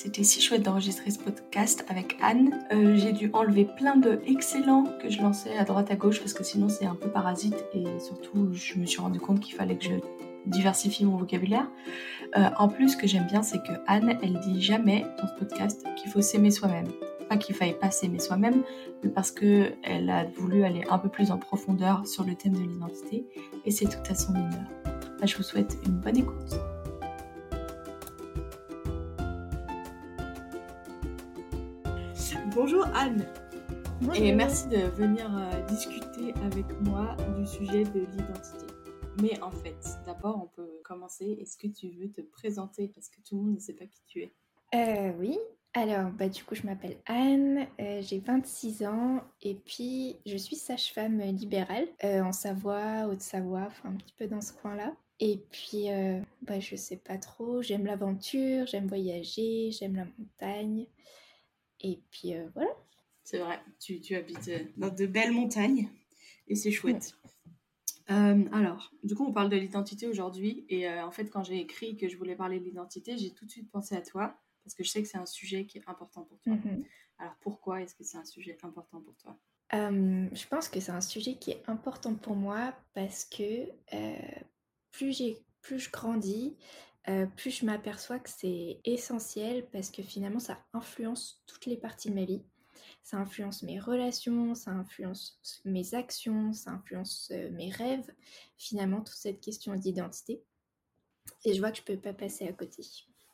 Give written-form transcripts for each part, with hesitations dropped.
C'était si chouette d'enregistrer ce podcast avec Anne. J'ai dû enlever plein de excellents que je lançais à droite à gauche parce que sinon c'est un peu parasite et surtout je me suis rendu compte qu'il fallait que je diversifie mon vocabulaire. En plus, ce que j'aime bien, c'est que Anne, elle dit jamais dans ce podcast qu'il faut s'aimer soi-même. Pas qu'il faille pas s'aimer soi-même, mais parce qu'elle a voulu aller un peu plus en profondeur sur le thème de l'identité et c'est tout à son honneur. Je vous souhaite une bonne écoute. Bonjour Anne. Bonjour. Et merci de venir discuter avec moi du sujet de l'identité. Mais en fait, d'abord on peut commencer. Est-ce que tu veux te présenter parce que tout le monde ne sait pas qui tu es? Oui, alors du coup je m'appelle Anne, j'ai 26 ans et puis je suis sage-femme libérale en Savoie, Haute-Savoie, enfin un petit peu dans ce coin-là. Et puis je sais pas trop, j'aime l'aventure, j'aime voyager, j'aime la montagne. Et puis voilà. C'est vrai, tu habites dans de belles montagnes et c'est chouette. Alors, du coup, on parle de l'identité aujourd'hui et en fait, quand j'ai écrit que je voulais parler de l'identité, j'ai tout de suite pensé à toi parce que je sais que c'est un sujet qui est important pour toi. Alors, pourquoi est-ce que c'est un sujet important pour toi? Je pense que c'est un sujet qui est important pour moi parce que plus je grandis, plus je m'aperçois que c'est essentiel parce que finalement ça influence toutes les parties de ma vie. Ça influence mes relations, ça influence mes actions, ça influence mes rêves. Finalement, toute cette question d'identité. Et je vois que je peux pas passer à côté.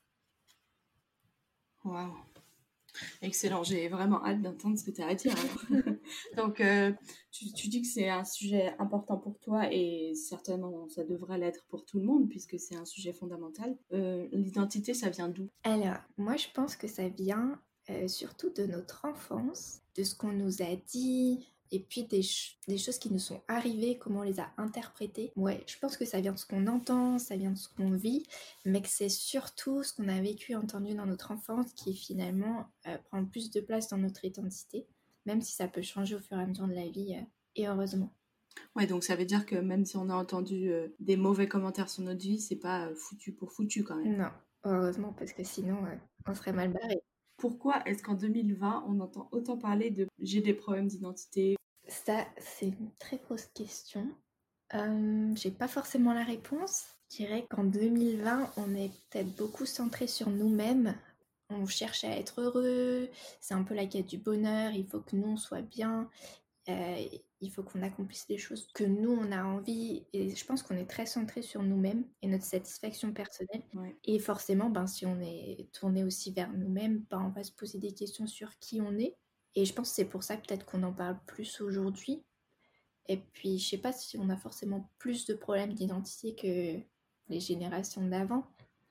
Waouh! Excellent, j'ai vraiment hâte d'entendre ce que tu as à dire. Donc, tu dis que c'est un sujet important pour toi et certainement ça devrait l'être pour tout le monde puisque c'est un sujet fondamental. L'identité, ça vient d'où? Alors, moi je pense que ça vient surtout de notre enfance, de ce qu'on nous a dit, et puis des choses qui nous sont arrivées, comment on les a interprétées. Ouais, je pense que ça vient de ce qu'on entend, ça vient de ce qu'on vit, mais que c'est surtout ce qu'on a vécu, entendu dans notre enfance qui finalement prend le plus de place dans notre identité, même si ça peut changer au fur et à mesure de la vie, et heureusement. Ouais, donc ça veut dire que même si on a entendu des mauvais commentaires sur notre vie, c'est pas foutu pour foutu quand même. Non, heureusement, parce que sinon on serait mal barré. Pourquoi est-ce qu'en 2020, on entend autant parler de j'ai des problèmes d'identité? Ça, c'est une très grosse question. J'ai pas forcément la réponse. Je dirais qu'en 2020, on est peut-être beaucoup centré sur nous-mêmes. On cherche à être heureux, c'est un peu la quête du bonheur, il faut que nous on soit bien, il faut qu'on accomplisse les choses que nous on a envie, et je pense qu'on est très centré sur nous-mêmes et notre satisfaction personnelle. Ouais. Et forcément, si on est tourné aussi vers nous-mêmes, on va se poser des questions sur qui on est. Et je pense que c'est pour ça peut-être qu'on en parle plus aujourd'hui. Et puis, je sais pas si on a forcément plus de problèmes d'identité que les générations d'avant,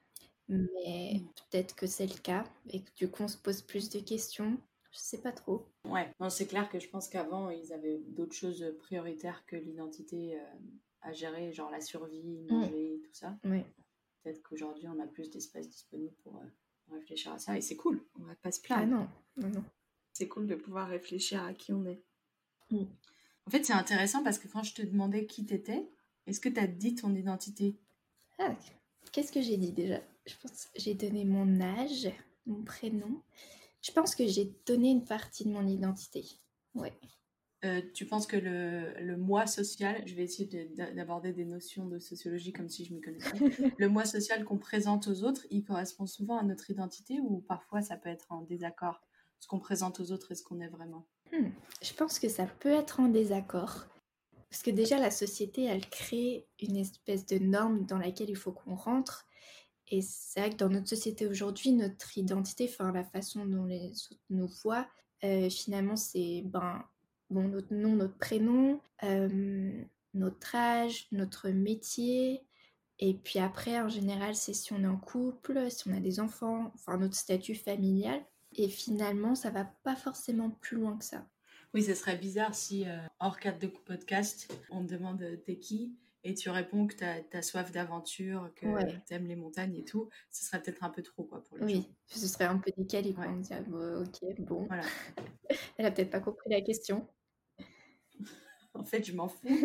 mais peut-être que c'est le cas et que du coup, on se pose plus de questions. Je sais pas trop. Ouais, non, c'est clair que je pense qu'avant, ils avaient d'autres choses prioritaires que l'identité à gérer, genre la survie, manger, tout ça. Ouais. Peut-être qu'aujourd'hui, on a plus d'espace disponible pour réfléchir à ça et c'est cool, on va pas se Ah plaindre. non. C'est cool de pouvoir réfléchir à qui on est. Mm. En fait, c'est intéressant parce que quand je te demandais qui t'étais, est-ce que tu as dit ton identité? Ah, qu'est-ce que j'ai dit déjà? Je pense que j'ai donné mon âge, mon prénom. Je pense que j'ai donné une partie de mon identité. Ouais. Tu penses que le moi social, je vais essayer d'aborder des notions de sociologie comme si je m'y connaissais, le moi social qu'on présente aux autres, il correspond souvent à notre identité ou parfois ça peut être en désaccord, ce qu'on présente aux autres et ce qu'on est vraiment? Je pense que ça peut être en désaccord. Parce que déjà, la société, elle crée une espèce de norme dans laquelle il faut qu'on rentre. Et c'est vrai que dans notre société aujourd'hui, notre identité, enfin la façon dont les autres nous voient, finalement, c'est notre nom, notre prénom, notre âge, notre métier. Et puis après, en général, c'est si on est en couple, si on a des enfants, enfin notre statut familial. Et finalement, ça va pas forcément plus loin que ça. Oui, ce serait bizarre si, hors cadre de podcast, on te demande t'es qui et tu réponds que t'as soif d'aventure, que Ouais. t'aimes les montagnes et tout. Ce serait peut-être un peu trop quoi, pour les gens. Oui, ce serait un peu décalé, quoi. Ouais. On dirait, ok, bon. Voilà. Elle a peut-être pas compris la question. En fait, je m'en fous.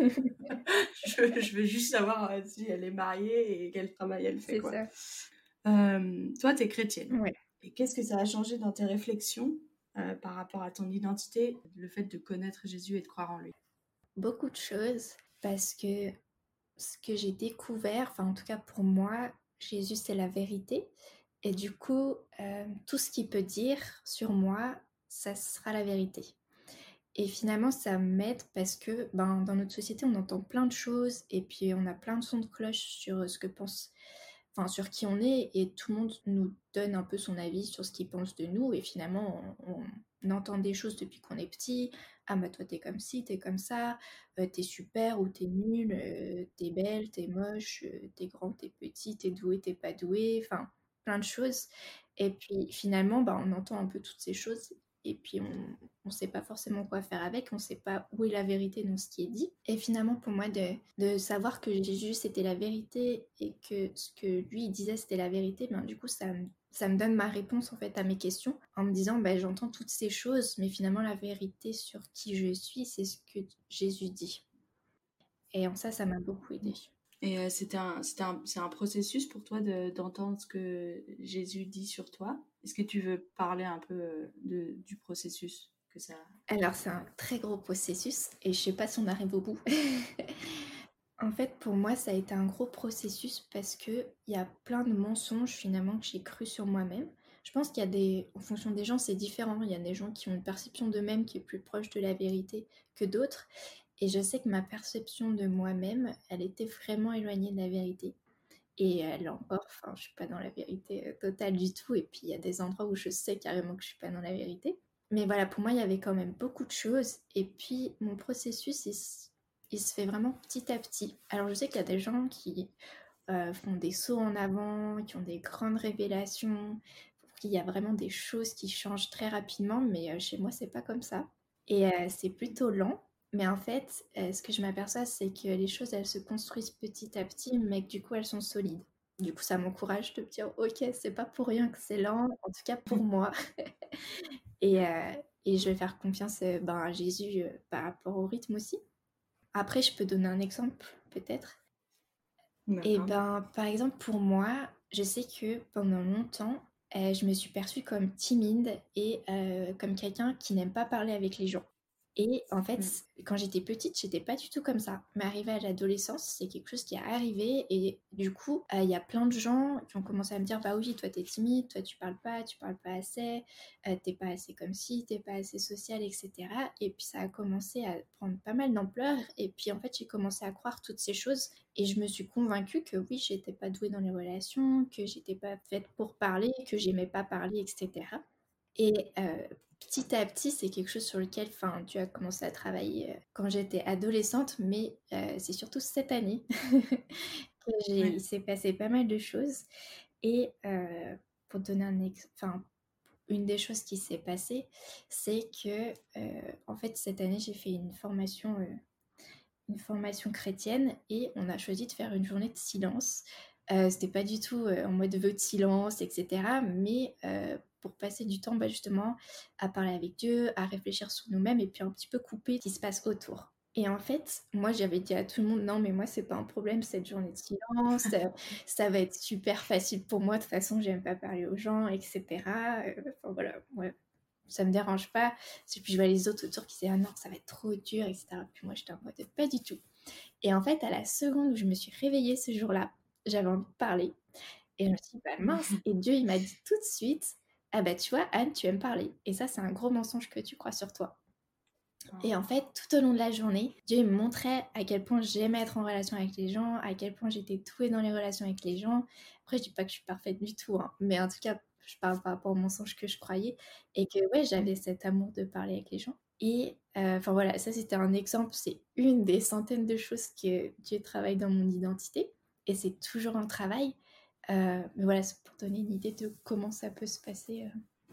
je veux juste savoir si elle est mariée et quel travail elle fait, C'est quoi. ça. Toi, t'es chrétienne. Ouais. Et qu'est-ce que ça a changé dans tes réflexions par rapport à ton identité, le fait de connaître Jésus et de croire en lui? Beaucoup de choses, parce que ce que j'ai découvert, enfin en tout cas pour moi, Jésus c'est la vérité. Et du coup, tout ce qu'il peut dire sur moi, ça sera la vérité. Et finalement, ça m'aide parce que dans notre société, on entend plein de choses et puis on a plein de sons de cloche sur ce que pense, enfin sur qui on est, et tout le monde nous donne un peu son avis sur ce qu'il pense de nous. Et finalement, on entend des choses depuis qu'on est petit. Ah bah toi t'es comme ci, t'es comme ça, t'es super ou t'es nul, t'es belle, t'es moche, t'es grand, t'es petit, t'es doué, t'es pas doué, enfin plein de choses. Et puis finalement, on entend un peu toutes ces choses et puis on sait pas forcément quoi faire avec, on sait pas où est la vérité dans ce qui est dit. Et finalement, pour moi, de savoir que Jésus c'était la vérité et que ce que lui il disait c'était la vérité, du coup ça me donne ma réponse en fait à mes questions en me disant j'entends toutes ces choses, mais finalement la vérité sur qui je suis, c'est ce que Jésus dit. Et en ça m'a beaucoup aidée. Et c'est un processus pour toi d'entendre ce que Jésus dit sur toi. Est-ce que tu veux parler un peu du processus que ça... Alors c'est un très gros processus et je sais pas si on arrive au bout. En fait, pour moi, ça a été un gros processus parce que il y a plein de mensonges finalement que j'ai cru sur moi-même. Je pense qu'il y a en fonction des gens, c'est différent. Il y a des gens qui ont une perception d'eux-mêmes qui est plus proche de la vérité que d'autres. Et je sais que ma perception de moi-même, elle était vraiment éloignée de la vérité. Et elle encore, enfin, je suis pas dans la vérité totale du tout. Et puis il y a des endroits où je sais carrément que je suis pas dans la vérité. Mais voilà, pour moi, il y avait quand même beaucoup de choses. Et puis mon processus, il se fait vraiment petit à petit. Alors je sais qu'il y a des gens qui font des sauts en avant, qui ont des grandes révélations, pour qui il y a vraiment des choses qui changent très rapidement, mais chez moi, c'est pas comme ça. Et c'est plutôt lent. Mais en fait, ce que je m'aperçois, c'est que les choses, elles se construisent petit à petit, mais que du coup, elles sont solides. Du coup, ça m'encourage de me dire, ok, c'est pas pour rien que c'est lent, en tout cas pour moi. Et, euh, et je vais faire confiance à Jésus par rapport au rythme aussi. Après, je peux donner un exemple, peut-être. Et D'accord. par exemple, pour moi, je sais que pendant longtemps, je me suis perçue comme timide et comme quelqu'un qui n'aime pas parler avec les gens. Et en fait, Mm. quand j'étais petite, j'étais pas du tout comme ça. Mais arrivé à l'adolescence, c'est quelque chose qui est arrivé. Et du coup, il y a plein de gens qui ont commencé à me dire, bah oui, toi t'es timide, toi tu parles pas assez, t'es pas assez comme ci, t'es pas assez sociale, etc. Et puis ça a commencé à prendre pas mal d'ampleur. Et puis en fait, j'ai commencé à croire toutes ces choses. Et je me suis convaincue que oui, j'étais pas douée dans les relations, que j'étais pas faite pour parler, que j'aimais pas parler, etc. Et petit à petit, c'est quelque chose sur lequel tu as commencé à travailler quand j'étais adolescente, mais c'est surtout cette année il Ouais. s'est passé pas mal de choses. Et pour donner une des choses qui s'est passée, c'est que en fait cette année j'ai fait une formation chrétienne et on a choisi de faire une journée de silence. C'était pas du tout en mode vœu de silence, etc. Mais pour passer du temps justement à parler avec Dieu, à réfléchir sur nous-mêmes et puis un petit peu couper ce qui se passe autour. Et en fait, moi j'avais dit à tout le monde, non mais moi c'est pas un problème cette journée de silence, ça va être super facile pour moi, de toute façon j'aime pas parler aux gens, etc. Enfin voilà, ouais, ça me dérange pas. Et puis je vois les autres autour qui disaient, ah non, ça va être trop dur, etc. Puis moi, j'étais en mode, pas du tout. Et en fait, à la seconde où je me suis réveillée ce jour-là, j'avais envie de parler. Et je me suis dit, bah mince. Et Dieu, il m'a dit tout de suite, ah bah tu vois, Anne, tu aimes parler. Et ça, c'est un gros mensonge que tu crois sur toi. Et en fait, tout au long de la journée, Dieu il me montrait à quel point j'aimais être en relation avec les gens, à quel point j'étais douée dans les relations avec les gens. Après, je dis pas que je suis parfaite du tout, hein, mais en tout cas, je parle par rapport aux mensonges que je croyais et que ouais, j'avais cet amour de parler avec les gens. Et enfin voilà, ça c'était un exemple, c'est une des centaines de choses que Dieu travaille dans mon identité et c'est toujours un travail. Mais voilà, c'est pour donner une idée de comment ça peut se passer.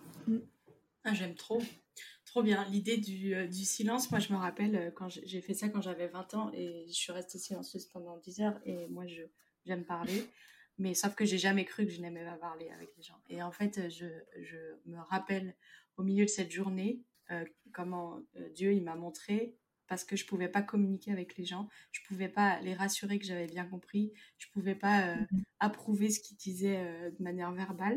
Ah, j'aime trop. Trop bien. L'idée du silence, moi je me rappelle quand j'ai fait ça quand j'avais 20 ans et je suis restée silencieuse pendant 10 heures et moi j'aime parler. Mais sauf que j'ai jamais cru que je n'aimais pas parler avec les gens. Et en fait, je me rappelle au milieu de cette journée comment Dieu il m'a montré parce que je pouvais pas communiquer avec les gens, je pouvais pas les rassurer que j'avais bien compris, je pouvais pas approuver ce qu'ils disaient de manière verbale.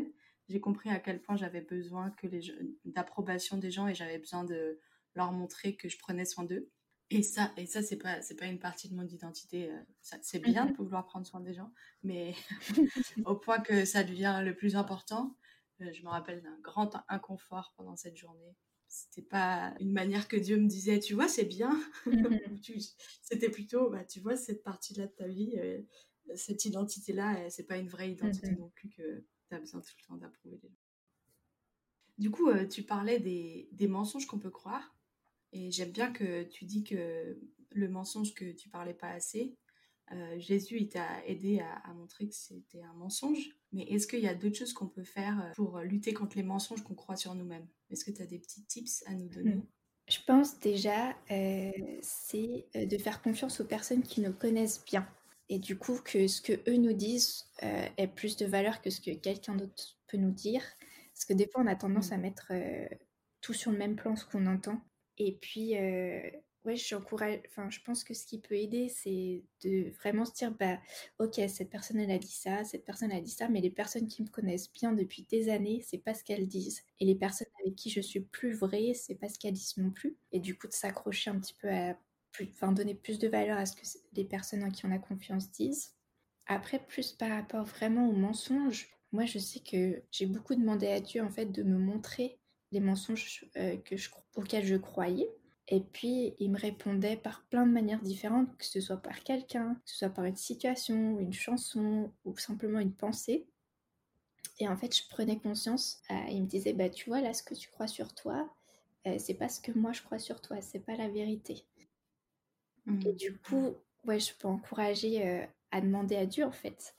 j'ai compris à quel point j'avais besoin d'approbation des gens et j'avais besoin de leur montrer que je prenais soin d'eux. Et ça c'est pas une partie de mon identité. C'est bien de vouloir prendre soin des gens, mais au point que ça devient le plus important. Je me rappelle d'un grand inconfort pendant cette journée. C'était pas une manière que Dieu me disait, tu vois, c'est bien. C'était plutôt, bah, tu vois, cette partie-là de ta vie, cette identité-là, c'est pas une vraie identité non plus que tu as besoin tout le temps d'approuver les gens. Du coup, tu parlais des mensonges qu'on peut croire. Et j'aime bien que tu dis que le mensonge que tu parlais pas assez, Jésus, il t'a aidé à montrer que c'était un mensonge. Mais est-ce qu'il y a d'autres choses qu'on peut faire pour lutter contre les mensonges qu'on croit sur nous-mêmes? Est-ce que tu as des petits tips à nous donner? Je pense déjà, c'est de faire confiance aux personnes qui nous connaissent bien. Et du coup, que ce que eux nous disent ait plus de valeur que ce que quelqu'un d'autre peut nous dire. Parce que des fois, on a tendance à mettre tout sur le même plan, ce qu'on entend. Et puis, ouais, je pense que ce qui peut aider, c'est de vraiment se dire, bah, ok, cette personne, elle a dit ça, cette personne a dit ça, mais les personnes qui me connaissent bien depuis des années, c'est pas ce qu'elles disent. Et les personnes avec qui je suis plus vraie, c'est pas ce qu'elles disent non plus. Et du coup, de s'accrocher un petit peu donner plus de valeur à ce que les personnes en qui on a confiance disent. Après, plus par rapport vraiment aux mensonges, moi, je sais que j'ai beaucoup demandé à Dieu, en fait, de me montrer les mensonges auxquels je croyais. Et puis, il me répondait par plein de manières différentes, que ce soit par quelqu'un, que ce soit par une situation, une chanson, ou simplement une pensée. Et en fait, je prenais conscience, il me disait, bah, tu vois, là, ce que tu crois sur toi, c'est pas ce que moi je crois sur toi, c'est pas la vérité. Et du coup, ouais, je peux encourager à demander à Dieu, en fait.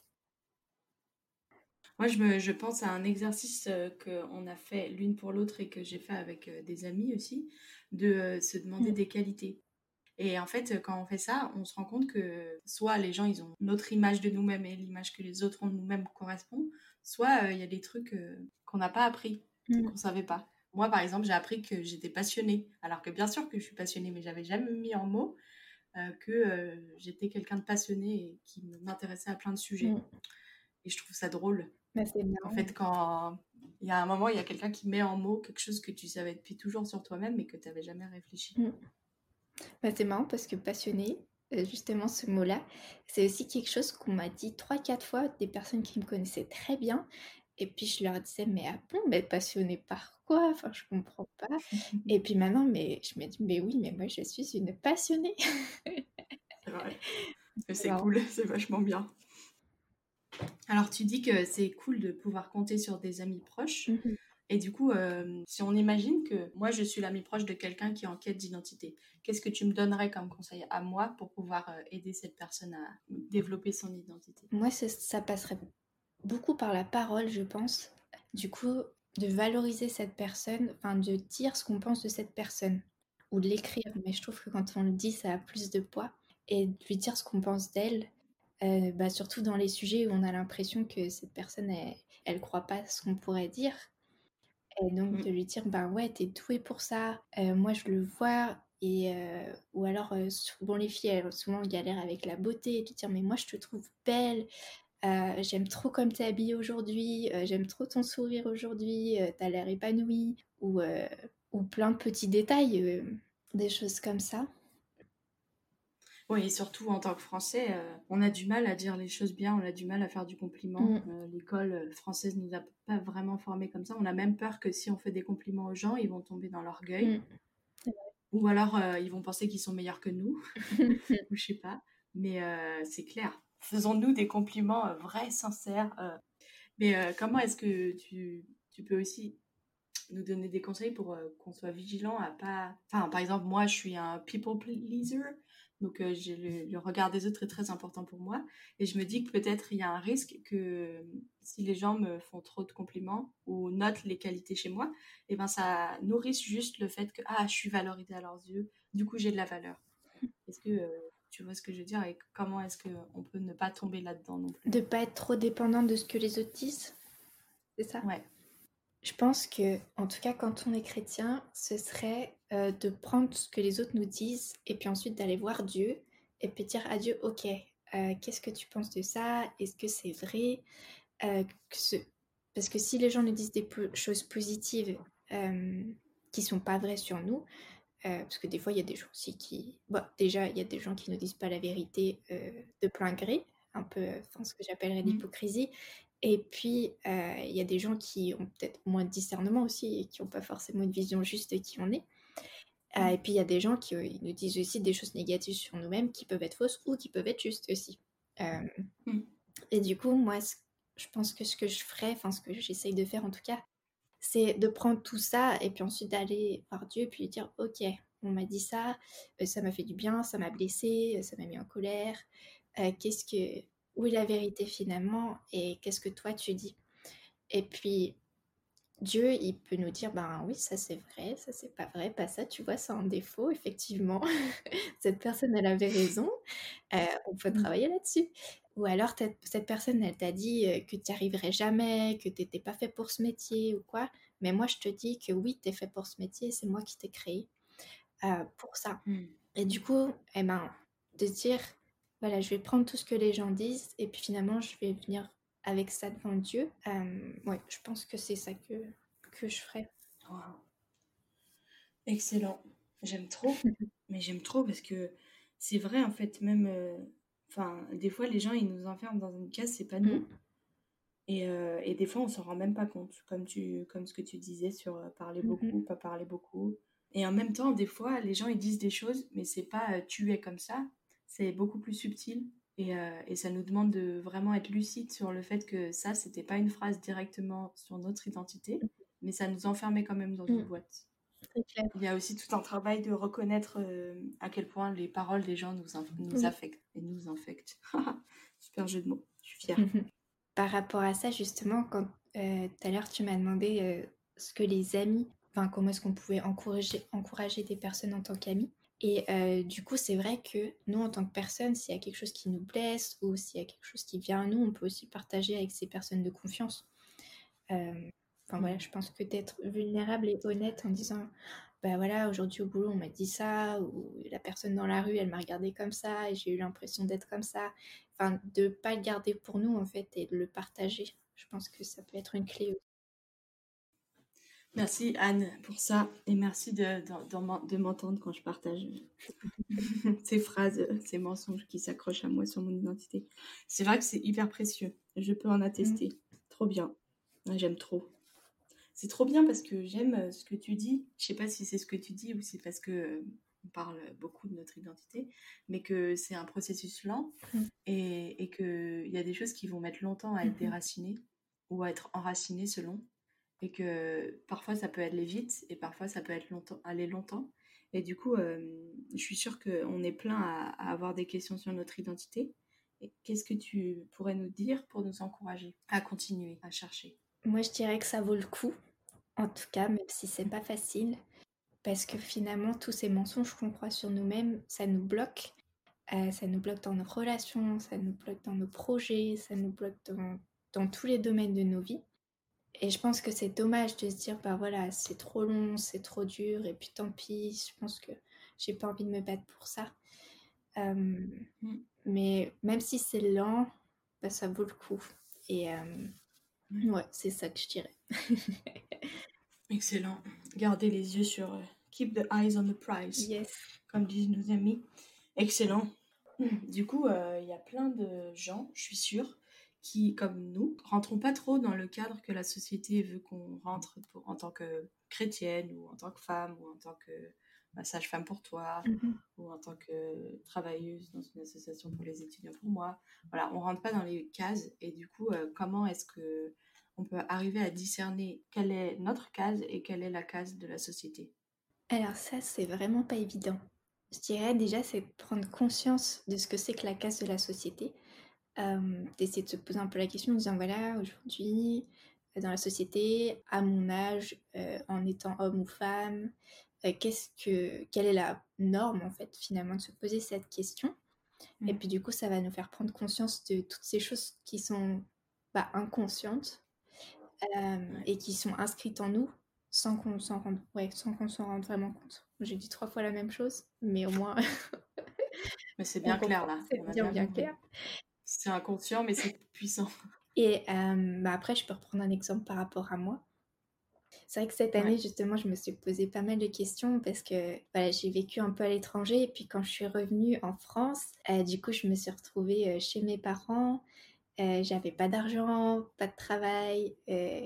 Moi, je pense à un exercice qu'on a fait l'une pour l'autre et que j'ai fait avec des amis aussi, de se demander des qualités. Et en fait, quand on fait ça, on se rend compte que soit les gens, ils ont notre image de nous-mêmes et l'image que les autres ont de nous-mêmes correspond, soit il y a des trucs qu'on n'a pas appris, qu'on savait pas. Moi, par exemple, j'ai appris que j'étais passionnée. Alors que bien sûr que je suis passionnée, mais j'avais jamais mis en mots que j'étais quelqu'un de passionné et qui m'intéressait à plein de sujets. Et je trouve ça drôle. Bah, c'est En marrant. fait, quand il y a un moment, il y a quelqu'un qui met en mots quelque chose que tu savais depuis toujours sur toi-même, mais que tu n'avais jamais réfléchi. Bah, c'est marrant parce que passionné, justement ce mot-là, c'est aussi quelque chose qu'on m'a dit 3-4 fois des personnes qui me connaissaient très bien. Et puis je leur disais, mais ah bon, mais passionné par quoi? Enfin, je comprends pas. Et puis maintenant, mais je me dis, mais oui, mais moi je suis une passionnée. C'est vrai. C'est C'est marrant. cool, c'est vachement bien. Alors, tu dis que c'est cool de pouvoir compter sur des amis proches. Et du coup, si on imagine que moi, je suis l'ami proche de quelqu'un qui est en quête d'identité, qu'est-ce que tu me donnerais comme conseil à moi pour pouvoir aider cette personne à développer son identité? Moi, ça passerait beaucoup par la parole, je pense. Du coup, de valoriser cette personne, enfin de dire ce qu'on pense de cette personne, ou de l'écrire, mais je trouve que quand on le dit, ça a plus de poids, et de lui dire ce qu'on pense d'elle, bah, surtout dans les sujets où on a l'impression que cette personne, elle croit pas ce qu'on pourrait dire, et donc de lui dire, bah ouais, t'es douée pour ça, moi je le vois, et ou alors, bon, les filles, elles souvent galèrent avec la beauté, et de dire, mais moi je te trouve belle, j'aime trop comme t'es habillée aujourd'hui, j'aime trop ton sourire aujourd'hui, t'as l'air épanouie, ou plein de petits détails, des choses comme ça. Oui, et surtout en tant que Français, on a du mal à dire les choses bien, on a du mal à faire du compliment. L'école française nous a pas vraiment formés comme ça. On a même peur que si on fait des compliments aux gens, ils vont tomber dans l'orgueil. Ou alors ils vont penser qu'ils sont meilleurs que nous, ou je sais pas. Mais c'est clair. Faisons-nous des compliments vrais, sincères. Mais comment est-ce que tu peux aussi nous donner des conseils pour qu'on soit vigilant à pas... Enfin, par exemple, moi, je suis un people pleaser, donc le regard des autres est très important pour moi. Et je me dis que peut-être il y a un risque que si les gens me font trop de compliments ou notent les qualités chez moi, et ben ça nourrisse juste le fait que je suis valorisée à leurs yeux, du coup j'ai de la valeur. Est-ce que tu vois ce que je veux dire et comment est-ce qu'on peut ne pas tomber là-dedans non plus? De pas être trop dépendant de ce que les autres disent, c'est ça? Ouais. Je pense que, en tout cas, quand on est chrétien, ce serait de prendre ce que les autres nous disent et puis ensuite d'aller voir Dieu et puis dire à Dieu, ok, qu'est-ce que tu penses de ça? Est-ce que c'est vrai? Parce que si les gens nous disent des choses positives qui sont pas vraies sur nous, parce que des fois, il y a des gens aussi qui... Bon, déjà, il y a des gens qui ne disent pas la vérité de plein gré, un peu, ce que j'appellerais Mm. l'hypocrisie. Et puis, il y a des gens qui ont peut-être moins de discernement aussi et qui n'ont pas forcément une vision juste de qui on est. Et puis, il y a des gens qui ils nous disent aussi des choses négatives sur nous-mêmes qui peuvent être fausses ou qui peuvent être justes aussi. Mm. Et du coup, moi, je pense que ce que je ferais, enfin, ce que j'essaye de faire en tout cas, c'est de prendre tout ça et puis ensuite d'aller voir Dieu et puis lui dire, ok, on m'a dit ça, ça m'a fait du bien, ça m'a blessé, ça m'a mis en colère. Où est la vérité finalement et qu'est-ce que toi tu dis? Et puis Dieu, il peut nous dire, ben oui, ça c'est vrai, ça c'est pas vrai, pas ça, tu vois, c'est un défaut, effectivement. Cette personne, elle avait raison, on peut Mm. travailler là-dessus. Ou alors, cette personne, elle t'a dit que tu n'y arriverais jamais, que tu n'étais pas fait pour ce métier ou quoi. Mais moi, je te dis que oui, tu es fait pour ce métier, c'est moi qui t'ai créé pour ça. Mm. Et du coup, eh ben, de dire, voilà, je vais prendre tout ce que les gens disent et puis finalement, je vais venir avec ça devant Dieu. Ouais, je pense que c'est ça que je ferais. Wow. Excellent. J'aime trop. Mais j'aime trop parce que c'est vrai, en fait, même. Enfin, des fois, les gens, ils nous enferment dans une case, c'est pas Mm. nous. Et des fois, on s'en rend même pas compte. Comme ce que tu disais sur parler beaucoup, Mhm. pas parler beaucoup. Et en même temps, des fois, les gens, ils disent des choses, mais c'est pas tu es comme ça. C'est beaucoup plus subtil. Et ça nous demande de vraiment être lucide sur le fait que ça, c'était pas une phrase directement sur notre identité, mais ça nous enfermait quand même dans une Mm. boîte. C'est clair. Il y a aussi tout un travail de reconnaître à quel point les paroles des gens nous Oui. affectent et nous infectent. Super jeu de mots, je suis fière. Par rapport à ça, justement, quand tout à l'heure tu m'as demandé ce que les amis, enfin comment est-ce qu'on pouvait encourager des personnes en tant qu'amis. Et du coup, c'est vrai que nous, en tant que personne, s'il y a quelque chose qui nous blesse ou s'il y a quelque chose qui vient à nous, on peut aussi partager avec ces personnes de confiance. Euh, Enfin voilà, je pense que d'être vulnérable et honnête en disant, bah voilà, aujourd'hui au boulot on m'a dit ça, ou la personne dans la rue elle m'a regardé comme ça et j'ai eu l'impression d'être comme ça. Enfin, de pas le garder pour nous en fait et de le partager. Je pense que ça peut être une clé. Merci Anne pour ça et merci de m'entendre quand je partage ces phrases, ces mensonges qui s'accrochent à moi sur mon identité. C'est vrai que c'est hyper précieux, je peux en Mm. attester. Trop bien, ouais, j'aime trop. C'est trop bien parce que j'aime ce que tu dis. Je sais pas si c'est ce que tu dis ou c'est parce que on parle beaucoup de notre identité, mais que c'est un processus lent Mm. et qu'il y a des choses qui vont mettre longtemps à être Mhm. déracinées ou à être enracinées selon. Et que parfois ça peut aller vite et parfois ça peut être aller longtemps. Et du coup, je suis sûre qu'on est plein à avoir des questions sur notre identité. Et qu'est-ce que tu pourrais nous dire pour nous encourager à continuer, à chercher? Moi je dirais que ça vaut le coup, en tout cas, même si c'est pas facile, parce que finalement tous ces mensonges qu'on croit sur nous-mêmes, ça nous bloque. Ça nous bloque dans nos relations, ça nous bloque dans nos projets, ça nous bloque dans tous les domaines de nos vies. Et je pense que c'est dommage de se dire, bah voilà, c'est trop long, c'est trop dur, et puis tant pis, je pense que j'ai pas envie de me battre pour ça. Euh, Mm. mais même si c'est lent, bah, ça vaut le coup. Et Ouais. ouais, c'est ça que je dirais. Excellent. Gardez les yeux sur keep the eyes on the prize, Yes. comme disent nos amis. Excellent. Du coup, il y a plein de gens, je suis sûre, qui, comme nous, rentrons pas trop dans le cadre que la société veut qu'on rentre en tant que chrétienne ou en tant que femme ou en tant que sage-femme pour toi Mhm. ou en tant que travailleuse dans une association pour les étudiants pour moi. Voilà, on rentre pas dans les cases et du coup, comment est-ce que on peut arriver à discerner quelle est notre case et quelle est la case de la société? Alors ça, c'est vraiment pas évident. Je dirais déjà, c'est de prendre conscience de ce que c'est que la caste de la société. D'essayer de se poser un peu la question en disant voilà, aujourd'hui, dans la société, à mon âge, en étant homme ou femme, quelle est la norme en fait finalement de se poser cette question. Et Mm. puis du coup, ça va nous faire prendre conscience de toutes ces choses qui sont inconscientes Ouais. et qui sont inscrites en nous sans qu'on s'en rende vraiment compte. J'ai dit 3 fois la même chose, mais au moins Mais c'est on bien clair comprend, là, c'est on a bien bien bien compris. clair. C'est inconscient, mais c'est puissant. Et après, je peux reprendre un exemple par rapport à moi. C'est vrai que cette Ouais. année, justement, je me suis posé pas mal de questions parce que voilà, j'ai vécu un peu à l'étranger et puis quand je suis revenue en France, du coup, je me suis retrouvée chez mes parents. J'avais pas d'argent, pas de travail,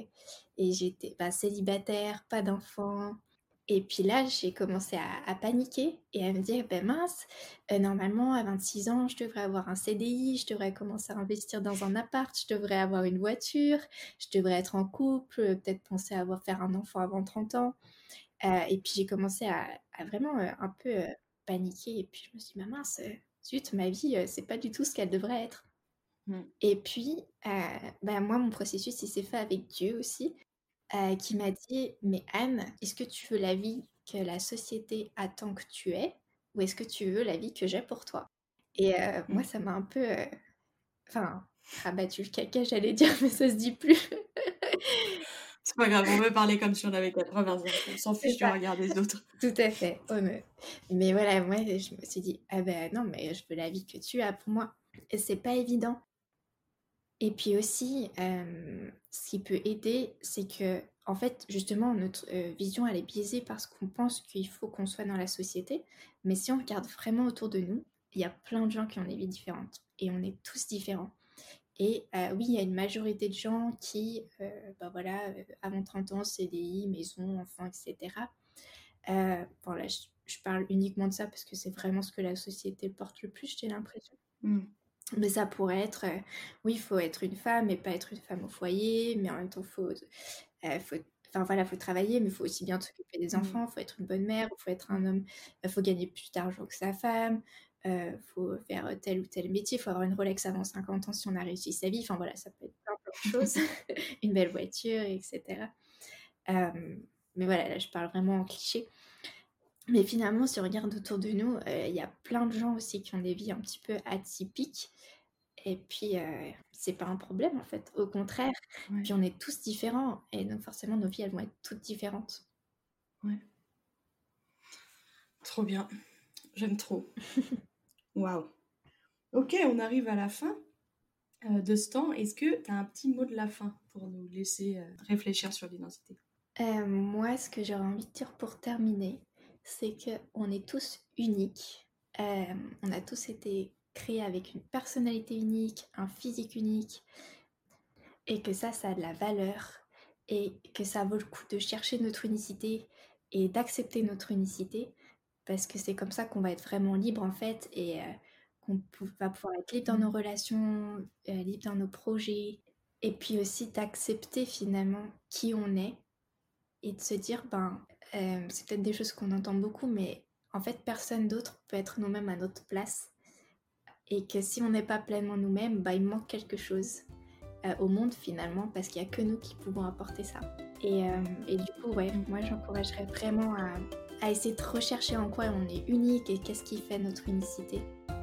et j'étais, célibataire, pas d'enfant. Et puis là, j'ai commencé à paniquer et à me dire: «Beh, mince, normalement à 26 ans, je devrais avoir un CDI, je devrais commencer à investir dans un appart, je devrais avoir une voiture, je devrais être en couple, peut-être penser à faire un enfant avant 30 ans». Et puis j'ai commencé à vraiment, un peu, paniquer et puis je me suis dit: «Bah, mince, zut, ma vie, c'est pas du tout ce qu'elle devrait être». Mm. Et puis, moi, mon processus, il s'est fait avec Dieu aussi, qui m'a dit: «Mais Anne, est-ce que tu veux la vie que la société attend que tu aies ou est-ce que tu veux la vie que j'ai pour toi?» Et moi, Mm. ça m'a un peu, enfin, rabattu le caca, j'allais dire, mais ça se dit plus. C'est pas grave, on veut parler comme si on avait 80 ans. On s'en C'est fiche du ça, regard des autres. tout à fait. Oh, mais voilà, moi, je me suis dit: «Ah ben non, mais je veux la vie que tu as pour moi» et c'est pas évident. Et puis aussi, ce qui peut aider, c'est que en fait, justement, notre, vision, elle est biaisée parce qu'on pense qu'il faut qu'on soit dans la société. Mais si on regarde vraiment autour de nous, il y a plein de gens qui ont des vies différentes et on est tous différents. Et oui, il y a une majorité de gens qui, voilà, avant 30 ans, CDI, maison, enfant et cetera. Bon là, je parle uniquement de ça parce que c'est vraiment ce que la société porte le plus, j'ai l'impression. Mm. Mais ça pourrait être, oui, il faut être une femme mais pas être une femme au foyer, mais en même temps, faut enfin voilà, faut travailler, mais il faut aussi bien s'occuper des Mm. enfants, il faut être une bonne mère, il faut être un Mm. homme, il faut gagner plus d'argent que sa femme, faut faire tel ou tel métier, il faut avoir une Rolex avant 50 ans si on a réussi sa vie, enfin voilà, ça peut être plein, plein de choses, une belle voiture et cetera. Mais voilà, là, je parle vraiment en cliché. Mais finalement, si on regarde autour de nous, il y a plein de gens aussi qui ont des vies un petit peu atypiques et puis, c'est pas un problème en fait, au contraire. Ouais. Puis on est tous différents et donc forcément nos vies, elles vont être toutes différentes. Ouais. Trop bien. J'aime trop. Waouh. Ok, on arrive à la fin de ce temps. Est-ce que tu as un petit mot de la fin pour nous laisser réfléchir sur l'identité? Moi, ce que j'aurais envie de dire pour terminer, c'est qu'on est tous uniques. On a tous été créés avec une personnalité unique, un physique unique et que ça a de la valeur et que ça vaut le coup de chercher notre unicité et d'accepter notre unicité parce que c'est comme ça qu'on va être vraiment libre en fait et va pouvoir être libre dans nos Mm. relations, libre dans nos projets et puis aussi d'accepter finalement qui on est et de se dire, c'est peut-être des choses qu'on entend beaucoup, mais en fait, personne d'autre peut être nous-mêmes à notre place. Et que si on n'est pas pleinement nous-mêmes, il manque quelque chose au monde finalement, parce qu'il n'y a que nous qui pouvons apporter ça. Et du coup, ouais, Mm. moi j'encouragerais vraiment à essayer de rechercher en quoi on est unique et qu'est-ce qui fait notre unicité.